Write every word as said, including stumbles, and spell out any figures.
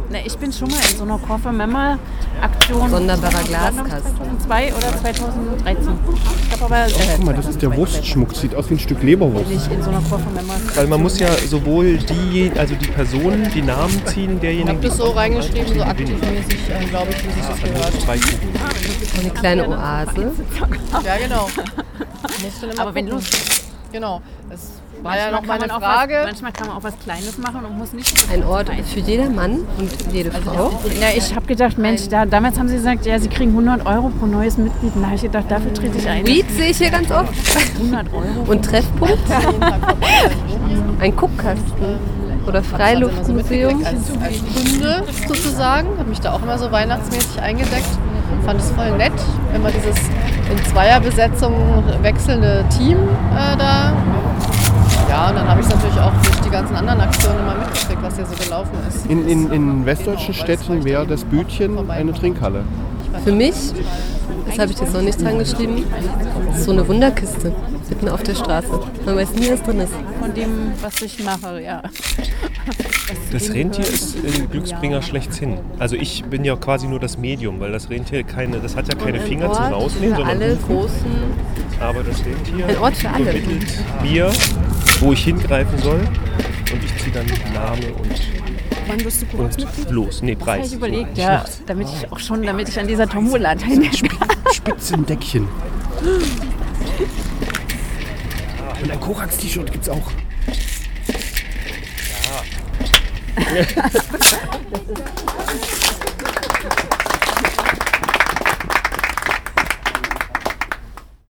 Na, ich bin schon mal in so einer Koffer-Memmer-Aktion. Sonderbarer Glaskasten. zweitausendzwei oder zweitausenddreizehn. Ich glaube aber... Oh, guck mal, das ist der Wurstschmuck. Sieht aus wie ein Stück Leberwurst. Ich in so einer Koffer-Memmer. Weil man muss ja sowohl die, also die Personen, die Namen ziehen, Ich derjenigen, habe das so reingeschrieben, so aktivmäßig, äh, glaube ich, wie sich das gehört. zwei Kuchen. Eine kleine Oase. Ja, genau. Musst du immer Aber wenn du... gucken. Genau. Das war ja Manchmal noch kann meine man auch Frage. Was, manchmal kann man auch was Kleines machen und muss nicht... Ein Ort für jeder Mann und jede Frau. Ja, ich habe gedacht, Mensch, da, damals haben sie gesagt, ja, sie kriegen hundert Euro pro neues Mitglied. Da habe ich gedacht, dafür trete ich ein. Weed sehe ich hier ganz oft. hundert Euro. Und Treffpunkt. Ein Guckkasten. Oder Freiluftmuseum. Als, als Kunde sozusagen. Habe mich da auch immer so weihnachtsmäßig eingedeckt. Fand es voll nett, wenn man dieses in Zweierbesetzung wechselnde Team äh, da... Ja, und dann habe ich es natürlich auch durch die ganzen anderen Aktionen immer mitgekriegt, was hier so gelaufen ist. In, in, in westdeutschen Städten wäre das Bütchen eine Trinkhalle. Für mich, das habe ich jetzt noch nicht dran geschrieben, ist so eine Wunderkiste mitten auf der Straße. Man weiß nie, was drin ist. Von dem, was ich mache, ja. Das Rentier ist ein Glücksbringer schlechthin. Also ich bin ja quasi nur das Medium, weil das Rentier keine, das hat ja keine Ein Finger Ort zum Rausnehmen, für sondern alle Hufe. großen. Aber das Rentier Ein Ort für alle. vermittelt mir, wo ich hingreifen soll, und ich ziehe dann Name und, Wann wirst du kurz und los. Nee, Das habe Preis. ich überlegt, ja, damit ich auch schon, damit ich an dieser Tombola teilnehme. Spitzendeckchen. Und ein Korax-T-Shirt gibt's auch.